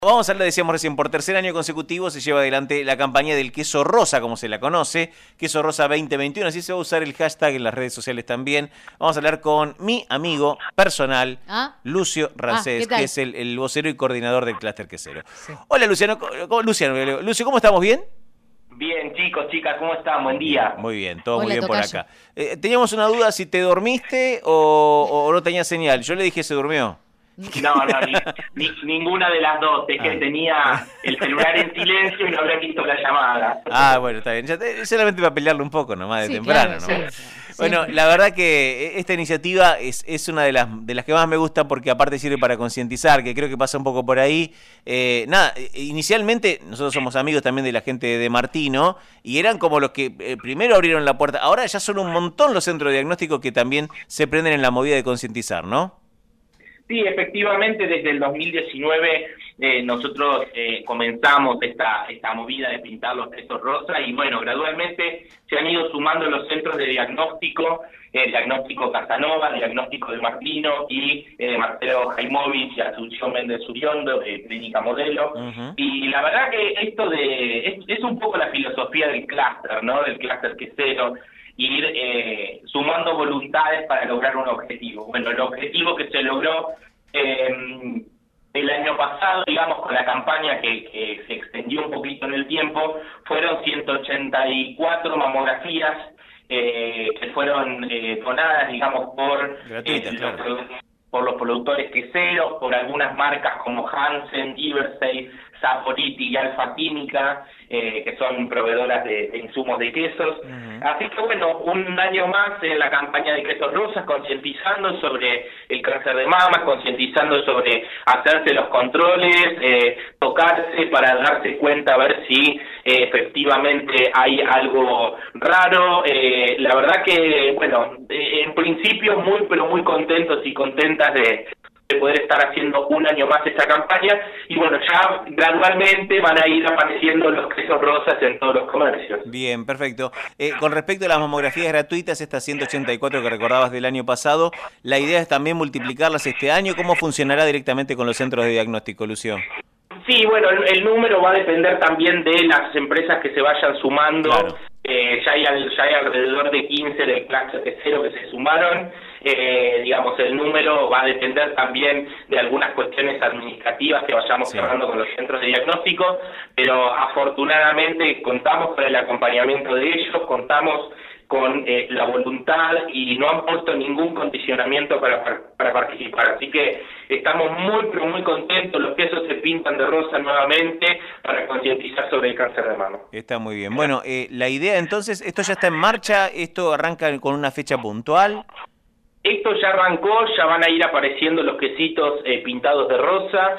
Vamos a hablar, decíamos recién, por tercer año consecutivo se lleva adelante la campaña del queso rosa, como se la conoce, queso rosa 2021, así se va a usar el hashtag en las redes sociales también. Vamos a hablar con mi amigo personal, Lucio Rancés, que es el vocero y coordinador del Clúster Quesero. Sí. Hola Luciano, Lucio, ¿cómo estamos? ¿Bien? Bien, chicos, chicas, ¿cómo están? Buen día. Muy bien, todo muy bien por acá. Teníamos una duda si te dormiste o no tenías señal. Yo le dije se durmió. No, ninguna de las dos. Es que tenía el celular en silencio y no habría visto la llamada. Bueno, está bien. Solamente para pelearlo un poco nomás de temprano, claro, ¿no? Sí. Bueno, la verdad que esta iniciativa es una de las que más me gusta porque aparte sirve para concientizar, que creo que pasa un poco por ahí. Inicialmente nosotros somos amigos también de la gente de Martino y eran como los que primero abrieron la puerta. Ahora ya son un montón los centros de diagnóstico que también se prenden en la movida de concientizar, ¿no? Sí, efectivamente, desde el 2019 nosotros comenzamos esta movida de pintar los quesos rosa y bueno, gradualmente se han ido sumando los centros de diagnóstico, diagnóstico Casanova, diagnóstico de Martino y Marcelo Jaimovich y Asunción Méndez Uriondo de Clínica Modelo. Y la verdad que esto es un poco la filosofía del clúster, ¿no? Del Clúster Quesero. Ir sumando voluntades para lograr un objetivo. Bueno, el objetivo que se logró el año pasado, digamos, con la campaña que se extendió un poquito en el tiempo, fueron 184 mamografías que fueron donadas, digamos, por los productores queseros, por algunas marcas como Hansen, Ibersafe, Saporiti y Alfa Química, que son proveedoras de insumos de quesos. Así que bueno, un año más en la campaña de quesos rosas, concientizando sobre el cáncer de mama, concientizando sobre hacerse los controles, tocarse para darse cuenta, a ver si efectivamente hay algo raro. La verdad que, bueno, en principio muy, pero muy contentos y contentas de poder estar haciendo un año más esta campaña y bueno, ya gradualmente van a ir apareciendo los quesos rosas en todos los comercios. Bien, perfecto. Con respecto a las mamografías gratuitas, estas 184 que recordabas del año pasado, ¿la idea es también multiplicarlas este año? ¿Cómo funcionará directamente con los centros de diagnóstico, Lucio? Sí, bueno, el número va a depender también de las empresas que se vayan sumando. Claro. Ya hay alrededor de 15 del Clúster Quesero que se sumaron. Digamos, el número va a depender también de algunas cuestiones administrativas que vayamos cerrando con los centros de diagnóstico, pero afortunadamente contamos con el acompañamiento de ellos, contamos con la voluntad y no han puesto ningún condicionamiento para participar. Así que estamos muy, pero muy contentos. Los quesos se pintan de rosa nuevamente para concientizar sobre el cáncer de mama. Está muy bien. Bueno, la idea entonces, ¿esto ya está en marcha? ¿Esto arranca con una fecha puntual? Esto ya arrancó, ya van a ir apareciendo los quesitos pintados de rosa,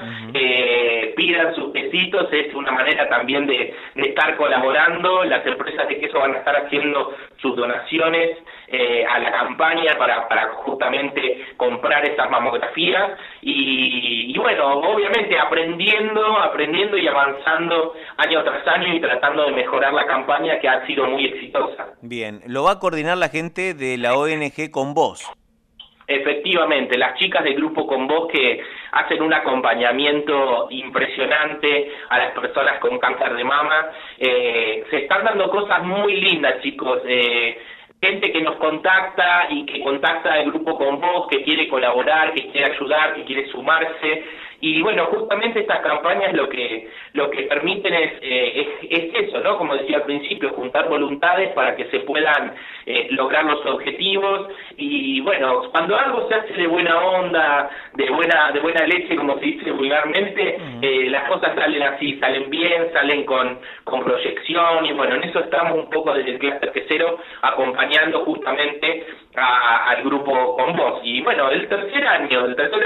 pidan sus quesitos, es una manera también de estar colaborando, las empresas de queso van a estar haciendo sus donaciones a la campaña para justamente comprar esas mamografías y bueno, obviamente aprendiendo y avanzando año tras año y tratando de mejorar la campaña que ha sido muy exitosa. Bien, lo va a coordinar la gente de la ONG Con Vos. Efectivamente, las chicas del grupo Con Vos que hacen un acompañamiento impresionante a las personas con cáncer de mama. Se están dando cosas muy lindas, chicos. Gente que nos contacta y que contacta al grupo Con Vos, que quiere colaborar, que quiere ayudar, que quiere sumarse. Y bueno, justamente estas campañas lo que permiten es eso, ¿no? Como decía al principio, juntar voluntades para que se puedan lograr los objetivos. Y bueno, cuando algo se hace de buena onda, de buena leche, como se dice vulgarmente, las cosas salen así, salen bien, salen con proyección. Y bueno, en eso estamos un poco desde el Clúster Quesero acompañando justamente al grupo Con Vos. Y bueno, el tercer año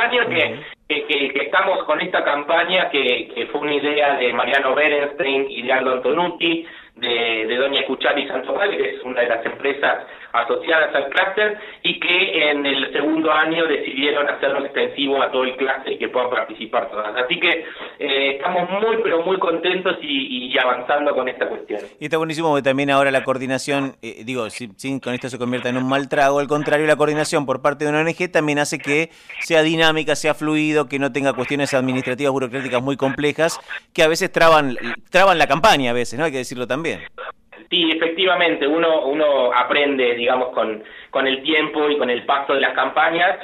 que estamos con esta campaña que fue una idea de Mariano Berenstein y de Aldo Antonucci, de Doña Escuchar y Santo Padre, que es una de las empresas asociadas al clúster, y que en el segundo año decidieron hacerlo extensivo a todo el clúster y que puedan participar todas. Así que estamos muy, pero muy contentos y avanzando con esta cuestión. Y está buenísimo que también ahora la coordinación, sin con esto se convierta en un mal trago, al contrario, la coordinación por parte de una ONG también hace que sea dinámica, sea fluido, que no tenga cuestiones administrativas, burocráticas muy complejas, que a veces traban la campaña, a veces, ¿no? Hay que decirlo también. Sí, efectivamente, uno aprende, digamos, con el tiempo y con el paso de las campañas,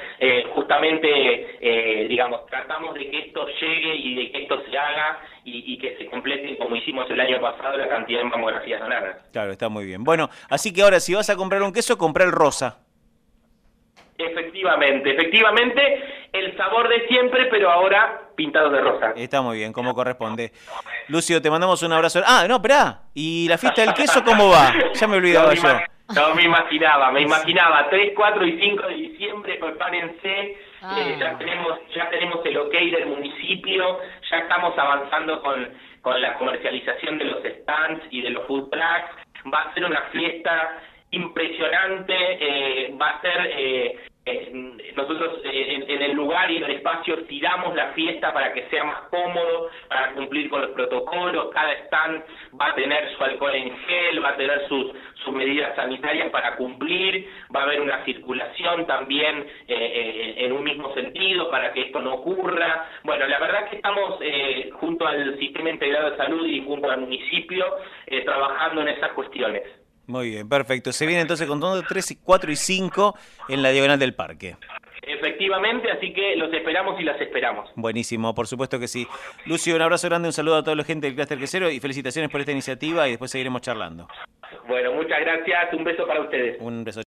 justamente, digamos, tratamos de que esto llegue y de que esto se haga y que se complete, como hicimos el año pasado, la cantidad de mamografías donadas. Claro, está muy bien. Bueno, así que ahora, si vas a comprar un queso, compra el rosa. Efectivamente, el sabor de siempre, pero ahora pintado de rosa. Está muy bien, como corresponde. Lucio, te mandamos un abrazo. Ah, no, esperá. ¿Y la fiesta del queso cómo va? Ya me olvidaba yo. No me imaginaba. 3, 4 y 5 de diciembre, prepárense. Ya tenemos el ok del municipio, ya estamos avanzando con la comercialización de los stands y de los food trucks. Va a ser una fiesta impresionante, va a ser... nosotros en el lugar y en el espacio tiramos la fiesta para que sea más cómodo, para cumplir con los protocolos. Cada stand va a tener su alcohol en gel, va a tener sus medidas sanitarias para cumplir, va a haber una circulación también en un mismo sentido para que esto no ocurra. Bueno, la verdad que estamos junto al Sistema Integrado de Salud y junto al municipio trabajando en esas cuestiones. Muy bien, perfecto. Se viene entonces con todo 3, 4 y 5 en la diagonal del parque. Efectivamente, así que los esperamos y las esperamos. Buenísimo, por supuesto que sí. Lucio, un abrazo grande, un saludo a toda la gente del Clúster Quesero y felicitaciones por esta iniciativa y después seguiremos charlando. Bueno, muchas gracias, un beso para ustedes. Un beso.